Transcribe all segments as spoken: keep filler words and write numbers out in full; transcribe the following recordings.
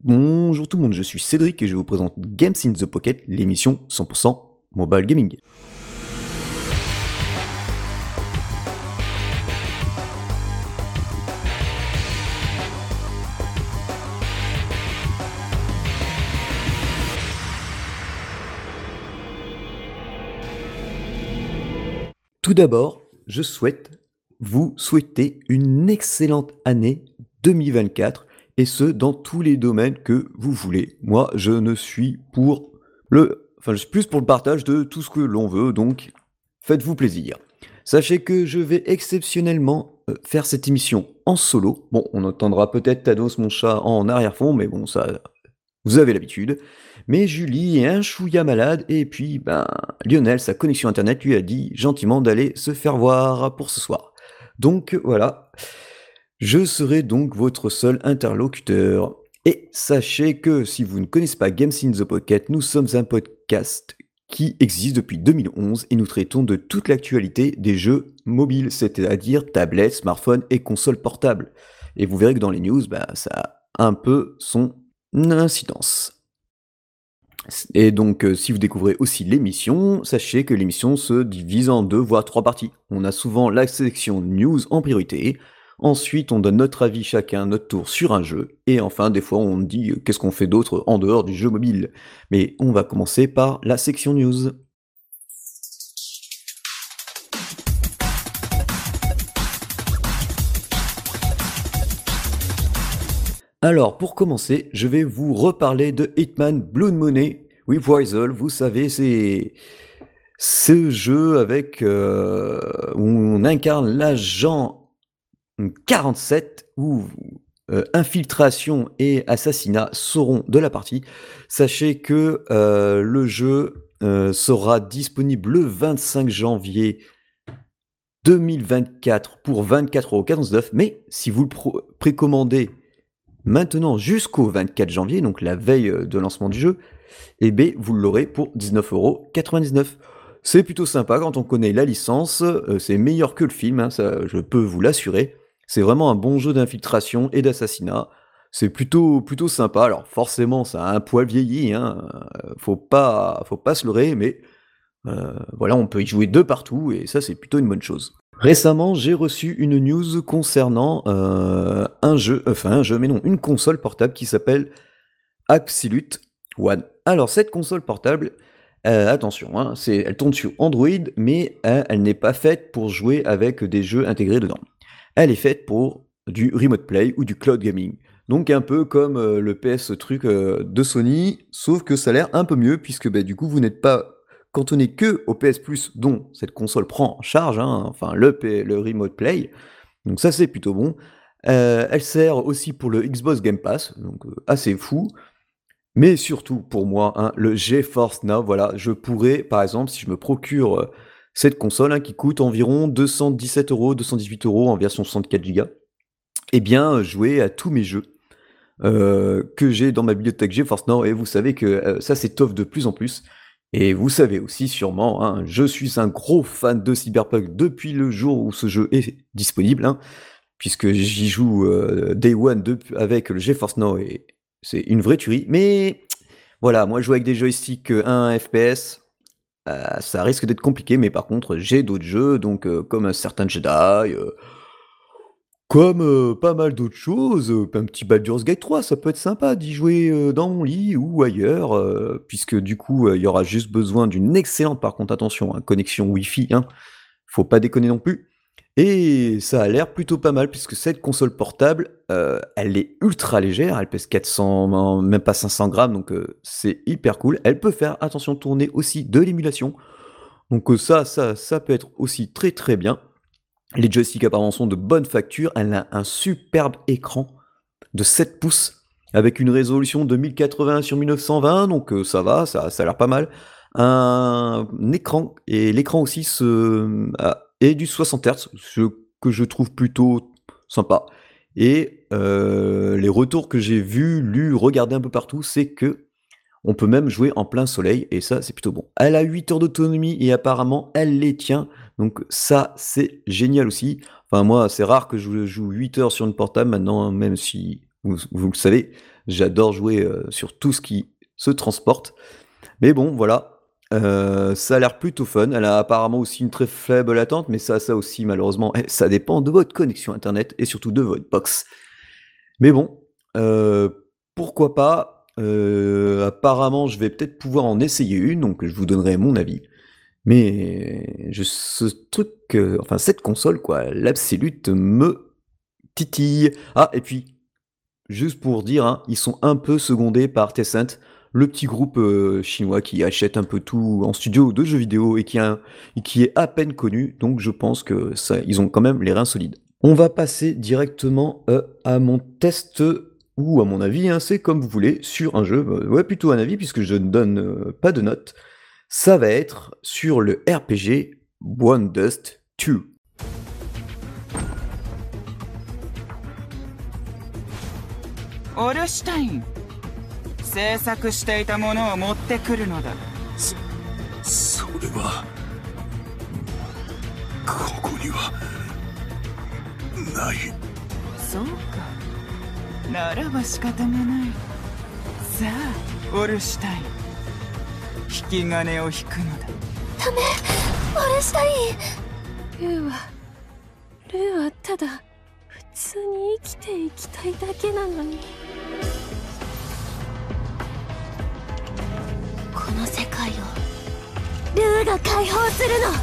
Bonjour tout le monde, je suis Cédric et je vous présente Games in the Pocket, l'émission cent pour cent mobile gaming. Tout d'abord, je souhaite vous souhaiter une excellente année deux mille vingt-quatre et ce dans tous les domaines que vous voulez. Moi, je ne suis pour le enfin, je suis plus pour le partage de tout ce que l'on veut, donc faites-vous plaisir. Sachez que je vais exceptionnellement euh, faire cette émission en solo. Bon, on entendra peut-être Thanos, mon chat, en arrière-fond, mais bon, ça, vous avez l'habitude. Mais Julie est un chouïa malade, et puis, ben, Lionel, sa connexion internet, lui a dit gentiment d'aller se faire voir pour ce soir. Donc voilà, je serai donc votre seul interlocuteur. Et sachez que si vous ne connaissez pas Games in the Pocket, nous sommes un podcast qui existe depuis deux mille onze et nous traitons de toute l'actualité des jeux mobiles, c'est-à-dire tablettes, smartphones et consoles portables. Et vous verrez que dans les news, bah, ça a un peu son incidence. Et donc, euh, si vous découvrez aussi l'émission, sachez que l'émission se divise en deux, voire trois parties. On a souvent la section news en priorité. Ensuite, on donne notre avis chacun, notre tour sur un jeu. Et enfin, des fois, on dit euh, qu'est-ce qu'on fait d'autre en dehors du jeu mobile. Mais on va commencer par la section news. Alors, pour commencer, je vais vous reparler de Hitman Blood Money Reprisal. Vous savez, c'est ce jeu avec euh, où on incarne l'agent quarante-sept où euh, infiltration et assassinat seront de la partie. Sachez que euh, le jeu euh, sera disponible le vingt-cinq janvier deux mille vingt-quatre pour vingt-quatre euros quatre-vingt-dix-neuf, mais si vous le pro- précommandez maintenant jusqu'au vingt-quatre janvier, donc la veille euh, de lancement du jeu, et B, vous l'aurez pour dix-neuf euros quatre-vingt-dix-neuf. C'est plutôt sympa quand on connaît la licence, euh, c'est meilleur que le film, hein, ça je peux vous l'assurer. C'est vraiment un bon jeu d'infiltration et d'assassinat. C'est plutôt, plutôt sympa. Alors forcément, ça a un poil vieilli, hein, euh, faut pas, faut pas se leurrer, mais euh, voilà, on peut y jouer de partout et ça, c'est plutôt une bonne chose. Récemment, j'ai reçu une news concernant euh, un jeu, enfin un jeu, mais non, une console portable qui s'appelle Absolute One. Alors cette console portable, euh, attention, hein, c'est, elle tourne sur Android, mais euh, elle n'est pas faite pour jouer avec des jeux intégrés dedans. Elle est faite pour du remote play ou du cloud gaming. Donc un peu comme euh, le P S truc euh, de Sony, sauf que ça a l'air un peu mieux, puisque bah, du coup vous n'êtes pas cantonné que au P S Plus dont cette console prend en charge, hein, enfin le, P- le remote play. Donc ça c'est plutôt bon. Euh, elle sert aussi pour le Xbox Game Pass, donc euh, assez fou. Mais surtout pour moi, hein, le GeForce Now, voilà, je pourrais, par exemple, si je me procure euh, cette console hein, qui coûte environ deux cent dix-sept euros, deux cent dix-huit euros en version soixante-quatre gigas, eh bien, euh, jouer à tous mes jeux euh, que j'ai dans ma bibliothèque GeForce Now. Et vous savez que euh, ça s'étoffe de plus en plus. Et vous savez aussi sûrement, hein, je suis un gros fan de Cyberpunk depuis le jour où ce jeu est disponible, hein, puisque j'y joue euh, Day One de- avec le GeForce Now et c'est une vraie tuerie. Mais voilà, moi jouer avec des joysticks euh, un F P S, euh, ça risque d'être compliqué, mais par contre j'ai d'autres jeux, donc euh, comme un certain Jedi, euh, comme euh, pas mal d'autres choses, euh, un petit Baldur's Gate trois, ça peut être sympa d'y jouer euh, dans mon lit ou ailleurs, euh, puisque du coup euh, il y aura juste besoin d'une excellente, par contre attention, hein, connexion Wi-Fi, hein, faut pas déconner non plus. Et ça a l'air plutôt pas mal, puisque cette console portable, euh, elle est ultra légère, elle pèse quatre cents, non, même pas cinq cents grammes, donc euh, c'est hyper cool. Elle peut faire, attention, tourner aussi de l'émulation. Donc euh, ça, ça, ça peut être aussi très très bien. Les joysticks apparemment sont de bonne facture. Elle a un superbe écran de sept pouces avec une résolution de mille quatre-vingts sur mille neuf cent vingt, donc euh, ça va, ça, ça a l'air pas mal. Un écran, et l'écran aussi se, a- est du soixante hertz, ce que je trouve plutôt sympa. Et euh, les retours que j'ai vus, lus, regardés un peu partout, c'est que on peut même jouer en plein soleil, et ça, c'est plutôt bon. Elle a huit heures d'autonomie, et apparemment, elle les tient, donc ça, c'est génial aussi. Enfin, moi, c'est rare que je joue huit heures sur une portable, maintenant, même si, vous, vous le savez, J'adore jouer, heu, sur tout ce qui se transporte. Mais bon, voilà, heu, ça a l'air plutôt fun. Elle a apparemment aussi une très faible latence, mais ça ça aussi malheureusement, eh, ça dépend de votre connexion internet et surtout de votre box. Mais bon, heu, pourquoi pas? Heu, apparemment, je vais peut-être pouvoir en essayer une, donc je vous donnerai mon avis. Mais je ce truc, heu, enfin cette console quoi, l'Absolute me titille. Ah et puis, juste pour dire, hein, ils sont un peu secondés par Tencent, le petit groupe, heu, chinois qui achète un peu tout en studio de jeux vidéo et qui a et qui est à peine connu, donc je pense que ça ils ont quand même les reins solides. On va passer directement, heu, à mon test, ou à mon avis, hein, c'est comme vous voulez, sur un jeu, heu, ouais plutôt un avis puisque je ne donne, heu, pas de notes. Ça va être sur le R P G One Dust deux. オルシュタイン制作していたものを持ってくるのだ。 それはここにはない。 そうか、ならば仕方がない。さあオルシュタイン、引き金を引くのだ。 ダメ、オルシュタイン。ルーはルーはただ普通に生きていきたいだけなのに。この世界をルーが解放するの。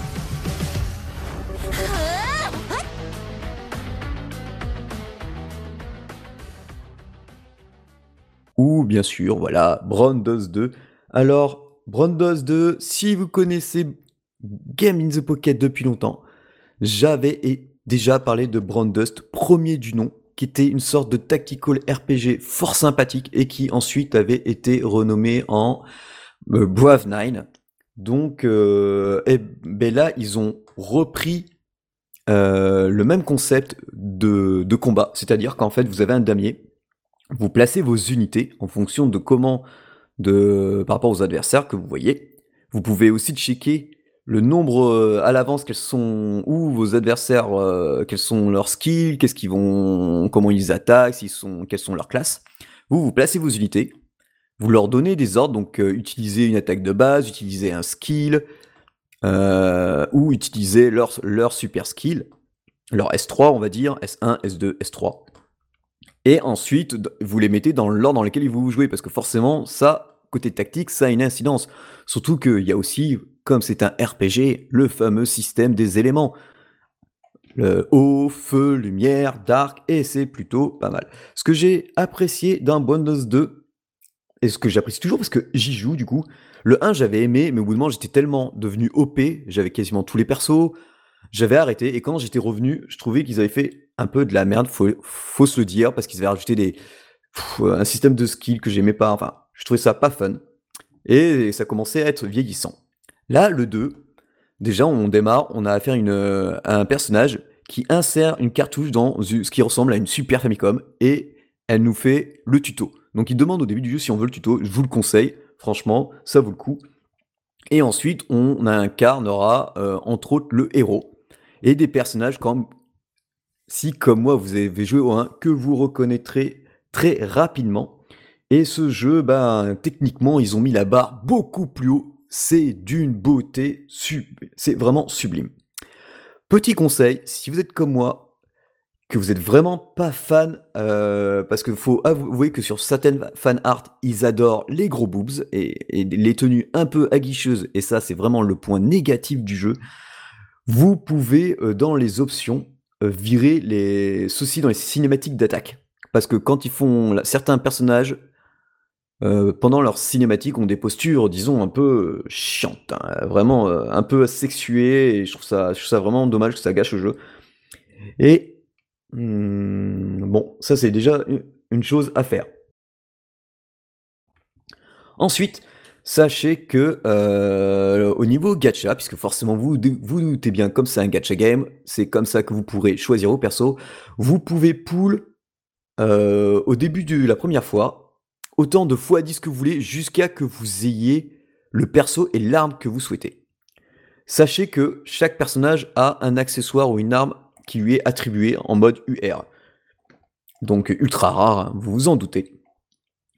Ou bien sûr, voilà, Brandos deux. Alors, Brandos deux, si vous connaissez Game in the Pocket depuis longtemps, j'avais et déjà parlé de Brandust, premier du nom, qui était une sorte de tactical R P G fort sympathique et qui ensuite avait été renommé en euh, Brave Nine. Donc, euh, et, ben là, ils ont repris euh, le même concept de, de combat, c'est-à-dire qu'en fait, vous avez un damier, vous placez vos unités en fonction de comment, de, par rapport aux adversaires que vous voyez. Vous pouvez aussi checker le nombre euh, à l'avance, quels sont où vos adversaires, euh, quels sont leurs skills, qu'est-ce qu'ils vont, comment ils attaquent, s'ils sont, quelles sont leurs classes. Vous vous placez vos unités, vous leur donnez des ordres, donc euh, utilisez une attaque de base, utilisez un skill, euh, ou utiliser leur, leur super skill, leur S trois on va dire, S un, S deux, S trois. Et ensuite, vous les mettez dans l'ordre dans lequel vous jouez, parce que forcément, ça, côté tactique, ça a une incidence. Surtout qu'il y a aussi, comme c'est un R P G, le fameux système des éléments. Le eau, feu, lumière, dark, et c'est plutôt pas mal. Ce que j'ai apprécié d'un Bonus deux, et ce que j'apprécie toujours parce que j'y joue du coup, le un j'avais aimé, mais au bout d'un moment j'étais tellement devenu O P, j'avais quasiment tous les persos, j'avais arrêté, et quand j'étais revenu, je trouvais qu'ils avaient fait un peu de la merde, faut, faut se le dire, parce qu'ils avaient rajouté des, pff, un système de skill que j'aimais pas, enfin, je trouvais ça pas fun, et ça commençait à être vieillissant. Là, le deux, déjà on démarre, on a affaire à, une, à un personnage qui insère une cartouche dans ce qui ressemble à une Super Famicom, et elle nous fait le tuto. Donc il demande au début du jeu si on veut le tuto, je vous le conseille, franchement, ça vaut le coup. Et ensuite, on incarnera, euh, entre autres, le héros. Et des personnages comme, si comme moi vous avez joué au un, que vous reconnaîtrez très rapidement. Et ce jeu, ben, techniquement, ils ont mis la barre beaucoup plus haut. C'est d'une beauté, sub... c'est vraiment sublime. Petit conseil, si vous êtes comme moi, que vous êtes vraiment pas fan, euh, parce qu'il faut avouer que sur certaines fan art, ils adorent les gros boobs et, et les tenues un peu aguicheuses, et ça c'est vraiment le point négatif du jeu. Vous pouvez, euh, dans les options, euh, virer les ceci dans les cinématiques d'attaque. Parce que quand ils font, certains personnages, euh, pendant leurs cinématiques, ont des postures, disons, un peu euh, chiantes, hein, vraiment euh, un peu sexuées, et je trouve, ça, je trouve ça vraiment dommage que ça gâche le jeu. Et hmm, bon, ça c'est déjà une chose à faire. Ensuite, sachez que euh, au niveau gacha, puisque forcément vous vous doutez bien, comme c'est un gacha game, c'est comme ça que vous pourrez choisir vos persos. Vous pouvez pool euh, au début de la première fois autant de fois dix que vous voulez, jusqu'à que vous ayez le perso et l'arme que vous souhaitez. Sachez que chaque personnage a un accessoire ou une arme qui lui est attribuée en mode U R. Donc ultra rare, hein, vous vous en doutez.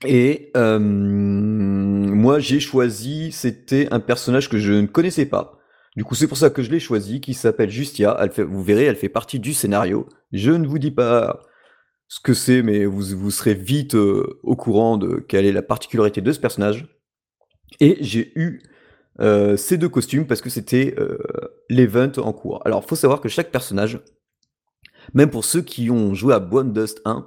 Et euh, moi, j'ai choisi, c'était un personnage que je ne connaissais pas. Du coup, c'est pour ça que je l'ai choisi, qui s'appelle Justia. Elle fait, vous verrez, elle fait partie du scénario. Je ne vous dis pas ce que c'est, mais vous, vous serez vite euh, au courant de quelle est la particularité de ce personnage. Et j'ai eu euh, ces deux costumes parce que c'était euh, l'event en cours. Alors, faut savoir que chaque personnage, même pour ceux qui ont joué à Bone Dust un,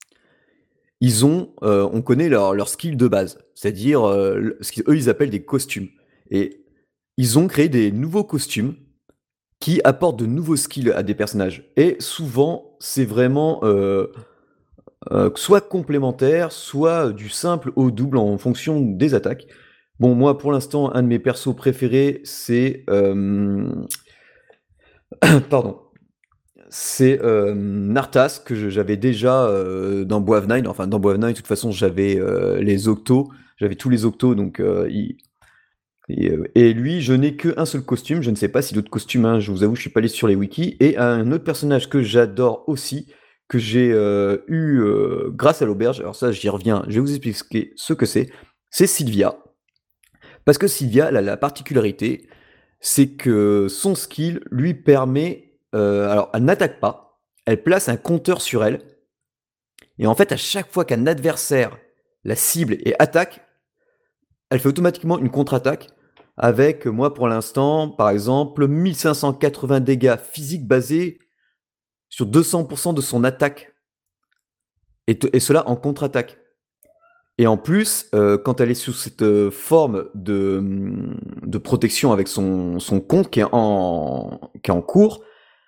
ils ont, euh, on connaît leur, leur skill de base, c'est-à-dire euh, le- ce qu'eux ils appellent des costumes. Et ils ont créé des nouveaux costumes qui apportent de nouveaux skills à des personnages. Et souvent, c'est vraiment euh, euh, soit complémentaire, soit du simple au double en fonction des attaques. Bon, moi, pour l'instant, un de mes persos préférés, c'est... euh, pardon. C'est euh, Nartas, que je- j'avais déjà euh, dans Boav Nine. Enfin, dans Boav Nine, de toute façon, j'avais euh, les octos. J'avais tous les octos, donc... euh, il- Et, euh, et lui, je n'ai qu'un seul costume. Je ne sais pas si d'autres costumes, hein, je vous avoue, je suis pas allé sur les wikis. Et un autre personnage que j'adore aussi, que j'ai euh, eu euh, grâce à l'auberge. Alors ça, j'y reviens. Je vais vous expliquer ce que c'est. C'est Sylvia. Parce que Sylvia, elle a la particularité, c'est que son skill lui permet... euh, alors, elle n'attaque pas. Elle place un compteur sur elle. Et en fait, à chaque fois qu'un adversaire la cible et attaque, elle fait automatiquement une contre-attaque avec, moi pour l'instant, par exemple, mille cinq cent quatre-vingts dégâts physiques basés sur deux cents pour cent de son attaque. Et, te- et cela en contre-attaque. Et en plus, euh, quand elle est sous cette euh, forme de, hum, de protection avec son, son compte qui est, en, qui est en cours,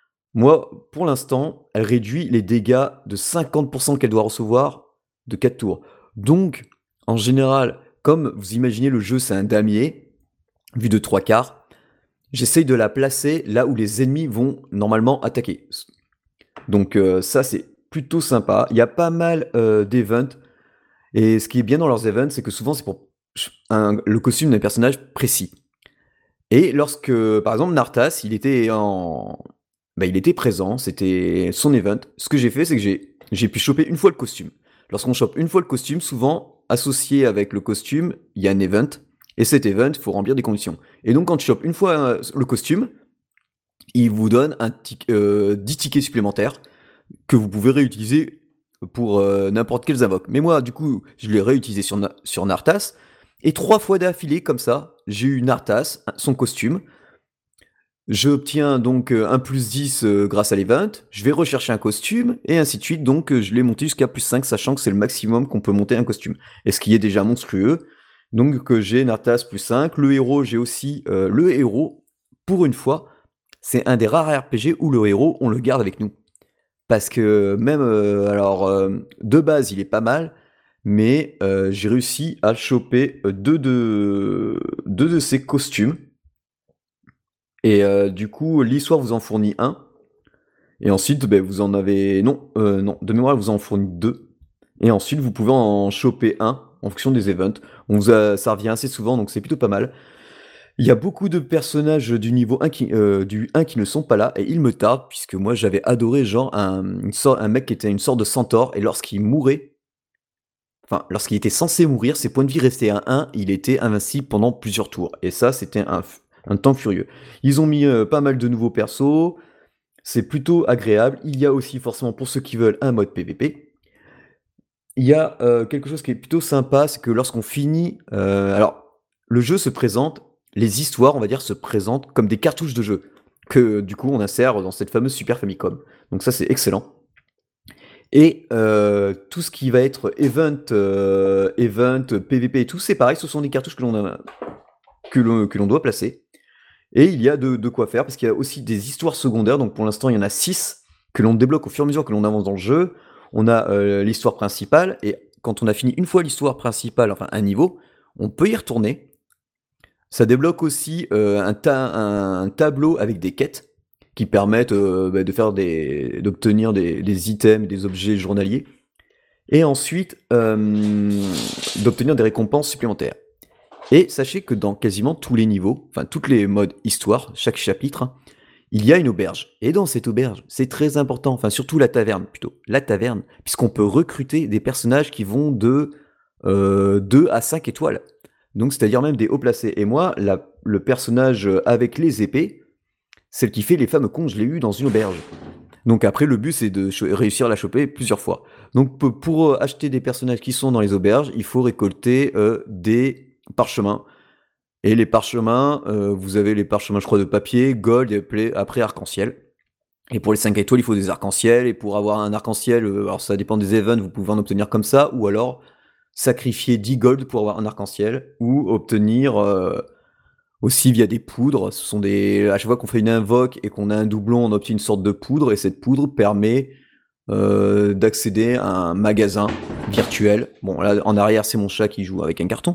moi, pour l'instant, elle réduit les dégâts de cinquante pour cent qu'elle doit recevoir de quatre tours. Donc, en général, comme vous imaginez le jeu, c'est un damier, vu de trois quarts, j'essaye de la placer là où les ennemis vont normalement attaquer. Donc euh, ça, c'est plutôt sympa. Il y a pas mal euh, d'events. Et ce qui est bien dans leurs events, c'est que souvent, c'est pour un- le costume d'un personnage précis. Et lorsque, par exemple, Nartas, il était en... bah, il était présent, c'était son event. Ce que j'ai fait, c'est que j'ai j'ai pu choper une fois le costume. Lorsqu'on chope une fois le costume, souvent, associé avec le costume, il y a un event. Et cet event, il faut remplir des conditions. Et donc, quand tu chopes une fois euh, le costume, il vous donne un tic- euh, dix tickets supplémentaires que vous pouvez réutiliser pour euh, n'importe quels invoques. Mais moi, du coup, je l'ai réutilisé sur, Na- sur Nartas. Et trois fois d'affilée, comme ça, j'ai eu Nartas, son costume. J'obtiens donc euh, un plus dix euh, grâce à l'event. Je vais rechercher un costume, et ainsi de suite. Donc, euh, je l'ai monté jusqu'à plus cinq, sachant que c'est le maximum qu'on peut monter un costume. Et ce qui est déjà monstrueux. Donc, que j'ai Nartas plus cinq. Le héros, j'ai aussi euh, le héros. Pour une fois, c'est un des rares R P G où le héros, on le garde avec nous. Parce que même, euh, alors, euh, de base, il est pas mal, mais euh, j'ai réussi à choper euh, deux de, deux de ses costumes. Et euh, du coup, l'histoire vous en fournit un. Et ensuite, ben, vous en avez... Non, euh, non, de mémoire, elle vous en fournit deux. Et ensuite, vous pouvez en choper un en fonction des events. On vous a- Ça revient assez souvent, donc c'est plutôt pas mal. Il y a beaucoup de personnages du niveau un qui, euh, du un qui ne sont pas là, et il me tarde, puisque moi j'avais adoré genre un, une sorte- un mec qui était une sorte de centaure, et lorsqu'il mourait, enfin lorsqu'il était censé mourir, ses points de vie restaient à un, il était invincible pendant plusieurs tours. Et ça, c'était un, f- un temps furieux. Ils ont mis euh, pas mal de nouveaux persos, c'est plutôt agréable. Il y a aussi forcément pour ceux qui veulent un mode P V P. Il y a euh, quelque chose qui est plutôt sympa, c'est que lorsqu'on finit... euh, alors, le jeu se présente, les histoires, on va dire, se présentent comme des cartouches de jeu, que du coup on insère dans cette fameuse Super Famicom. Donc ça, c'est excellent. Et euh, tout ce qui va être event, euh, event, P V P et tout, c'est pareil, ce sont des cartouches que l'on a- que l'on que l'on doit placer. Et il y a de, de quoi faire, parce qu'il y a aussi des histoires secondaires, donc pour l'instant il y en a six que l'on débloque au fur et à mesure que l'on avance dans le jeu. On a euh, l'histoire principale, et quand on a fini une fois l'histoire principale, enfin un niveau, on peut y retourner. Ça débloque aussi euh, un, ta- un tableau avec des quêtes qui permettent euh, bah, de faire des, d'obtenir des, des items, des objets journaliers, et ensuite euh, d'obtenir des récompenses supplémentaires. Et sachez que dans quasiment tous les niveaux, enfin toutes les modes histoire, chaque chapitre, hein, il y a une auberge. Et dans cette auberge, c'est très important, enfin surtout la taverne plutôt, la taverne, puisqu'on peut recruter des personnages qui vont de euh, deux à cinq étoiles. Donc c'est-à-dire même des hauts placés. Et moi, la, le personnage avec les épées, celle qui fait les fameux cons, je l'ai eu dans une auberge. Donc après, le but, c'est de cho- réussir à la choper plusieurs fois. Donc pe- pour euh, acheter des personnages qui sont dans les auberges, il faut récolter euh, des parchemins. Et les parchemins, euh, vous avez les parchemins, je crois, de papier, gold, et après, après arc-en-ciel. Et pour les cinq étoiles, il faut des arcs-en-ciel. Et pour avoir un arc-en-ciel, euh, alors ça dépend des events, vous pouvez en obtenir comme ça. Ou alors sacrifier dix gold pour avoir un arc-en-ciel. Ou obtenir euh, aussi via des poudres. Ce sont des... À chaque fois qu'on fait une invoque et qu'on a un doublon, on obtient une sorte de poudre. Et cette poudre permet euh, d'accéder à un magasin virtuel. Bon, là, en arrière, c'est mon chat qui joue avec un carton.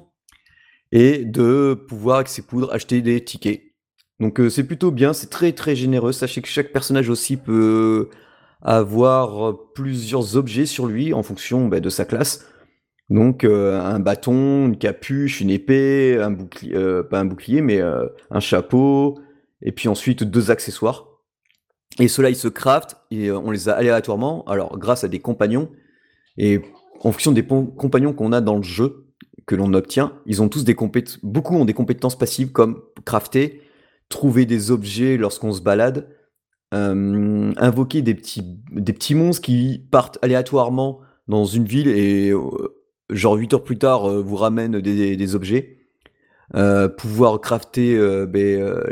Et de pouvoir, avec ces poudres, acheter des tickets. Donc euh, c'est plutôt bien, c'est très très généreux. Sachez que chaque personnage aussi peut avoir euh, plusieurs objets sur lui en fonction bah, de sa classe. Donc euh, un bâton, une capuche, une épée, un bouclier, euh, pas un bouclier, mais euh, un chapeau, et puis ensuite deux accessoires. Et ceux-là, ils se craftent, et euh, on les a aléatoirement, alors grâce à des compagnons, et en fonction des pon- compagnons qu'on a dans le jeu, que l'on obtient, ils ont tous des compétences, beaucoup ont des compétences passives comme crafter, trouver des objets lorsqu'on se balade, euh, invoquer des petits, des petits monstres qui partent aléatoirement dans une ville et euh, genre huit heures plus tard euh, vous ramènent des, des objets. Euh, pouvoir crafter euh, ben, euh,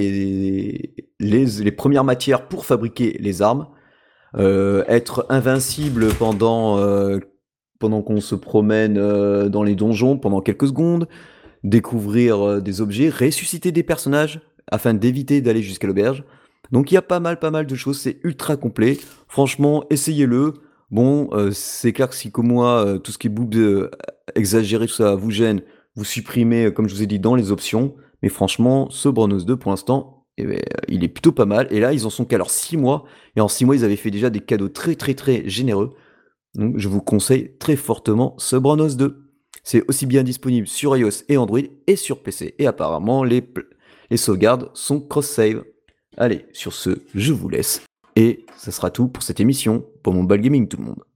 les, les, les premières matières pour fabriquer les armes. Euh, être invincible pendant, euh, pendant qu'on se promène euh, dans les donjons pendant quelques secondes, découvrir euh, des objets, ressusciter des personnages afin d'éviter d'aller jusqu'à l'auberge. Donc il y a pas mal, pas mal de choses, c'est ultra complet. Franchement, essayez-le. Bon, euh, c'est clair que si comme moi, euh, tout ce qui est boob euh, exagéré, tout ça vous gêne, vous supprimez, euh, comme je vous ai dit, dans les options. Mais franchement, ce Bronos deux, pour l'instant, eh ben, il est plutôt pas mal. Et là, ils en sont qu'à leurs six mois. Et en six mois, ils avaient fait déjà des cadeaux très, très, très généreux. Donc je vous conseille très fortement ce Bronos deux. C'est aussi bien disponible sur iOS et Android et sur P C. Et apparemment, les, pl- les sauvegardes sont cross-save. Allez, sur ce, je vous laisse. Et ça sera tout pour cette émission. Pour mon bal gaming, tout le monde.